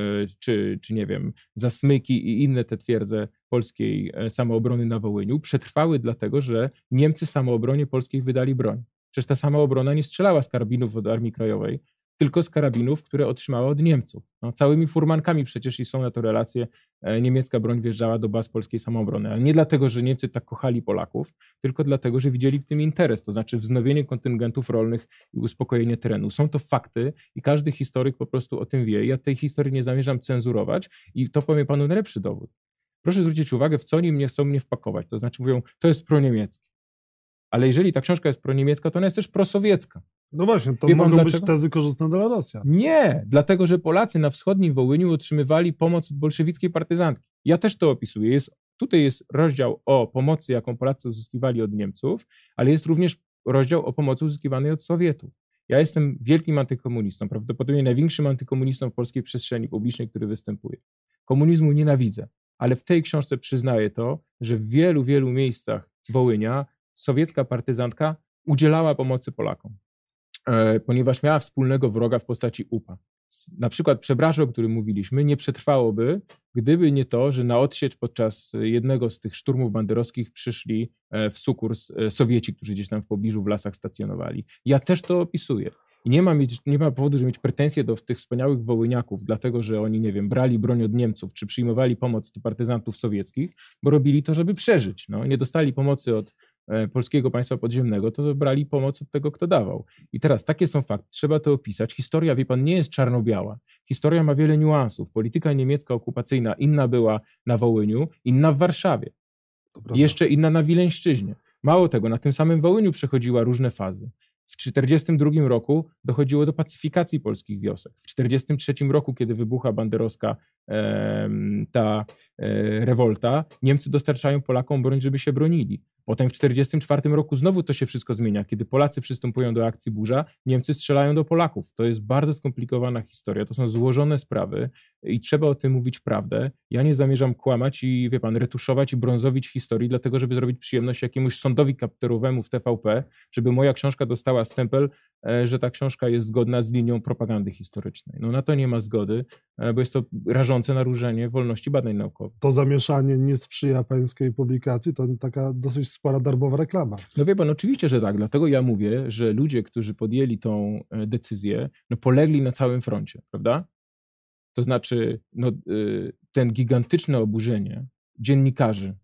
czy, czy nie wiem, Zasmyki i inne te twierdze polskiej e, samoobrony na Wołyniu, przetrwały dlatego, że Niemcy samoobronie polskiej wydali broń. Przecież ta samoobrona nie strzelała z karabinów od Armii Krajowej, tylko z karabinów, które otrzymała od Niemców. No, całymi furmankami przecież i są na to relacje, e, niemiecka broń wjeżdżała do baz polskiej samoobrony, ale nie dlatego, że Niemcy tak kochali Polaków, tylko dlatego, że widzieli w tym interes, to znaczy wznowienie kontyngentów rolnych i uspokojenie terenu. Są to fakty i każdy historyk po prostu o tym wie. Ja tej historii nie zamierzam cenzurować i to powiem panu najlepszy dowód. Proszę zwrócić uwagę, w co oni mnie chcą mnie wpakować. To znaczy mówią, to jest proniemieckie. Ale jeżeli ta książka jest proniemiecka, to ona jest też prosowiecka. No właśnie, to Wie mogą być tezy korzystne dla Rosjan. Nie, dlatego, że Polacy na wschodnim Wołyniu otrzymywali pomoc od bolszewickiej partyzantki. Ja też to opisuję. Jest, tutaj jest rozdział o pomocy, jaką Polacy uzyskiwali od Niemców, ale jest również rozdział o pomocy uzyskiwanej od Sowietów. Ja jestem wielkim antykomunistą, prawdopodobnie największym antykomunistą w polskiej przestrzeni publicznej, który występuje. Komunizmu nienawidzę, ale w tej książce przyznaję to, że w wielu, wielu miejscach Wołynia sowiecka partyzantka udzielała pomocy Polakom, ponieważ miała wspólnego wroga w postaci U P A. Na przykład Przebraże, o którym mówiliśmy, nie przetrwałoby, gdyby nie to, że na odsiecz podczas jednego z tych szturmów banderowskich przyszli w sukurs Sowieci, którzy gdzieś tam w pobliżu w lasach stacjonowali. Ja też to opisuję. I nie ma, mieć, nie ma powodu, żeby mieć pretensje do tych wspaniałych wołyniaków, dlatego że oni, nie wiem, brali broń od Niemców, czy przyjmowali pomoc od partyzantów sowieckich, bo robili to, żeby przeżyć. No, nie dostali pomocy od polskiego państwa podziemnego, to brali pomoc od tego, kto dawał. I teraz takie są fakty, trzeba to opisać. Historia, wie pan, nie jest czarno-biała. Historia ma wiele niuansów. Polityka niemiecka okupacyjna inna była na Wołyniu, inna w Warszawie. Jeszcze inna na Wileńszczyźnie. Mało tego, na tym samym Wołyniu przechodziła różne fazy. W tysiąc dziewięćset czterdziestym drugim roku dochodziło do pacyfikacji polskich wiosek. W tysiąc dziewięćset czterdziestym trzecim roku, kiedy wybucha banderowska e, ta e, rewolta, Niemcy dostarczają Polakom broń, żeby się bronili. Potem w tysiąc dziewięćset czterdziestym czwartym roku znowu to się wszystko zmienia. Kiedy Polacy przystępują do akcji Burza, Niemcy strzelają do Polaków. To jest bardzo skomplikowana historia, to są złożone sprawy i trzeba o tym mówić prawdę. Ja nie zamierzam kłamać i, wie pan, retuszować i brązowić historii, dlatego żeby zrobić przyjemność jakiemuś sądowi kapturowemu w T V P, żeby moja książka dostała stempel, że ta książka jest zgodna z linią propagandy historycznej. No na to nie ma zgody, bo jest to rażące naruszenie wolności badań naukowych. To zamieszanie nie sprzyja pańskiej publikacji, to taka dosyć spora darmowa reklama. No wie pan, oczywiście, że tak, dlatego ja mówię, że ludzie, którzy podjęli tą decyzję, no polegli na całym froncie, prawda? To znaczy, no, ten gigantyczne oburzenie dziennikarzy,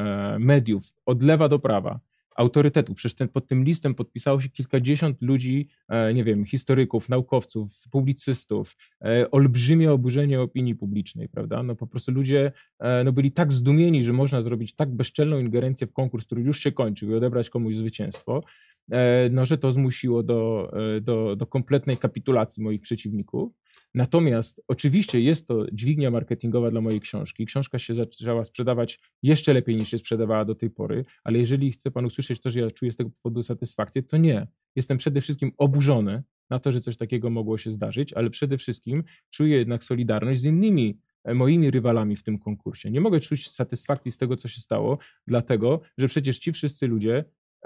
mediów od lewa do prawa, autorytetów. Przecież ten, pod tym listem podpisało się kilkadziesiąt ludzi, e, nie wiem, historyków, naukowców, publicystów. E, olbrzymie oburzenie opinii publicznej, prawda? No po prostu ludzie e, no byli tak zdumieni, że można zrobić tak bezczelną ingerencję w konkurs, który już się kończył i odebrać komuś zwycięstwo, e, no że to zmusiło do, e, do, do kompletnej kapitulacji moich przeciwników. Natomiast oczywiście jest to dźwignia marketingowa dla mojej książki. Książka się zaczęła sprzedawać jeszcze lepiej niż się sprzedawała do tej pory, ale jeżeli chce pan usłyszeć to, że ja czuję z tego powodu satysfakcję, to nie. Jestem przede wszystkim oburzony na to, że coś takiego mogło się zdarzyć, ale przede wszystkim czuję jednak solidarność z innymi moimi rywalami w tym konkursie. Nie mogę czuć satysfakcji z tego, co się stało, dlatego, że przecież ci wszyscy ludzie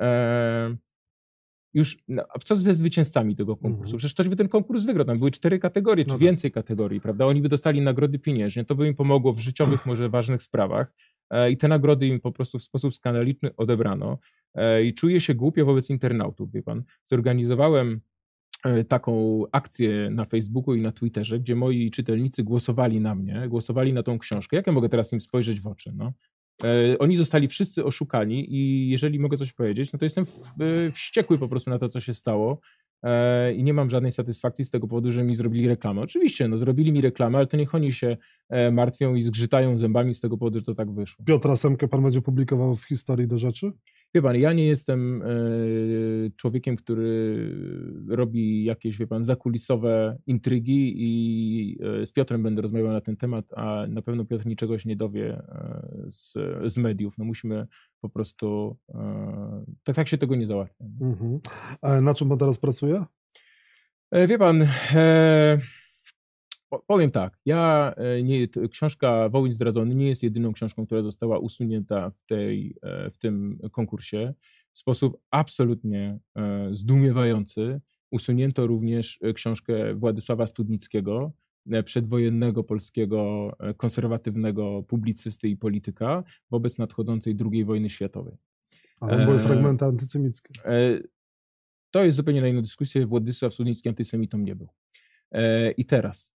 e, już, no, co ze zwycięzcami tego konkursu? Przecież ktoś by ten konkurs wygrał, tam były cztery kategorie, czy no więcej tak. kategorii, prawda? Oni by dostali nagrody pieniężne, to by im pomogło w życiowych, może ważnych sprawach e, i te nagrody im po prostu w sposób skandaliczny odebrano e, i czuję się głupio wobec internautów, wie pan. Zorganizowałem taką akcję na Facebooku i na Twitterze, gdzie moi czytelnicy głosowali na mnie, głosowali na tą książkę. Jak ja mogę teraz im spojrzeć w oczy? No? Oni zostali wszyscy oszukani i jeżeli mogę coś powiedzieć, no to jestem w, wściekły po prostu na to, co się stało i nie mam żadnej satysfakcji z tego powodu, że mi zrobili reklamę. Oczywiście, no zrobili mi reklamę, ale to niech oni się martwią i zgrzytają zębami z tego powodu, że to tak wyszło. Piotra Semkę pan będzie publikował w Historii do Rzeczy? Wie pan, ja nie jestem człowiekiem, który robi jakieś, wie pan, zakulisowe intrygi i z Piotrem będę rozmawiał na ten temat, a na pewno Piotr niczego się nie dowie z, z mediów. No musimy po prostu, tak, tak się tego nie załatwia. Mhm. A na czym pan teraz pracuje? Wie pan, e, powiem tak, ja, nie, książka Wołyń zdradzony nie jest jedyną książką, która została usunięta w, tej, w tym konkursie. W sposób absolutnie zdumiewający usunięto również książkę Władysława Studnickiego, przedwojennego polskiego konserwatywnego publicysty i polityka wobec nadchodzącej drugiej wojny światowej. A tam były fragmenty antysemickie. To jest zupełnie na inną dyskusję. Władysław Studnicki antysemitą nie był. I teraz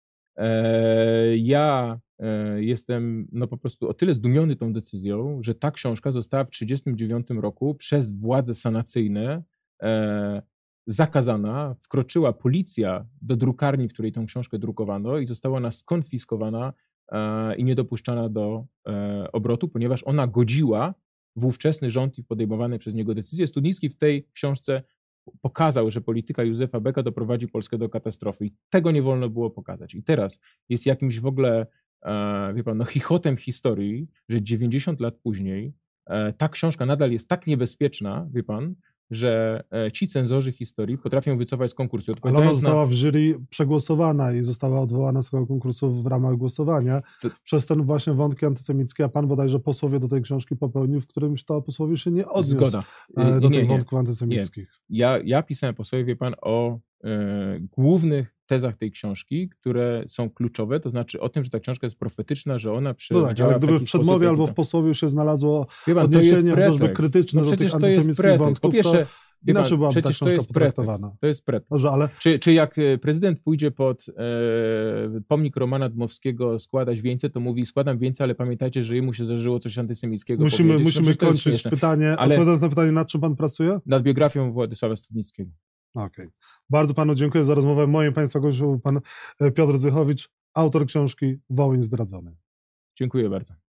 ja jestem no po prostu o tyle zdumiony tą decyzją, że ta książka została w tysiąc dziewięćset trzydziestym dziewiątym roku przez władze sanacyjne zakazana. Wkroczyła policja do drukarni, w której tą książkę drukowano i została ona skonfiskowana i niedopuszczana do obrotu, ponieważ ona godziła w ówczesny rząd i podejmowane przez niego decyzje. Studnicki w tej książce pokazał, że polityka Józefa Becka doprowadzi Polskę do katastrofy i tego nie wolno było pokazać. I teraz jest jakimś w ogóle, wie pan, no chichotem historii, że dziewięćdziesiąt lat później ta książka nadal jest tak niebezpieczna, wie pan, że ci cenzorzy historii potrafią wycofać z konkursu. Ale ona została na... w jury przegłosowana i została odwołana z tego konkursu w ramach głosowania to... przez ten właśnie wątki antysemickie, a pan bodajże posłowie do tej książki popełnił, w którymś to posłowie się nie odniósł. Zgoda. do nie, tych nie, wątków antysemickich. Nie. Ja, ja pisałem posłowie, wie pan, o e, głównych tezach tej książki, które są kluczowe, to znaczy o tym, że ta książka jest profetyczna, że ona przy. No tak, ale gdyby w przedmowie albo w posłowie się znalazło pan, odniesienie chociażby krytyczne no do tych antysemickich wątków, po pierwsze, to inaczej byłaby ta książka to jest potraktowana. Pretekst, to jest pretekst. Dobrze, ale... czy, czy jak prezydent pójdzie pod e, pomnik Romana Dmowskiego składać wieńce, to mówi składam wieńce, ale pamiętajcie, że jemu się zdarzyło coś antysemickiego. Musimy, musimy no, kończyć pytanie, ale... odpowiadając na pytanie, nad czym pan pracuje? Nad biografią Władysława Studnickiego. Okej. Okay. Bardzo panu dziękuję za rozmowę. Moim państwa gościem był pan Piotr Zychowicz, autor książki Wołyń zdradzony. Dziękuję bardzo.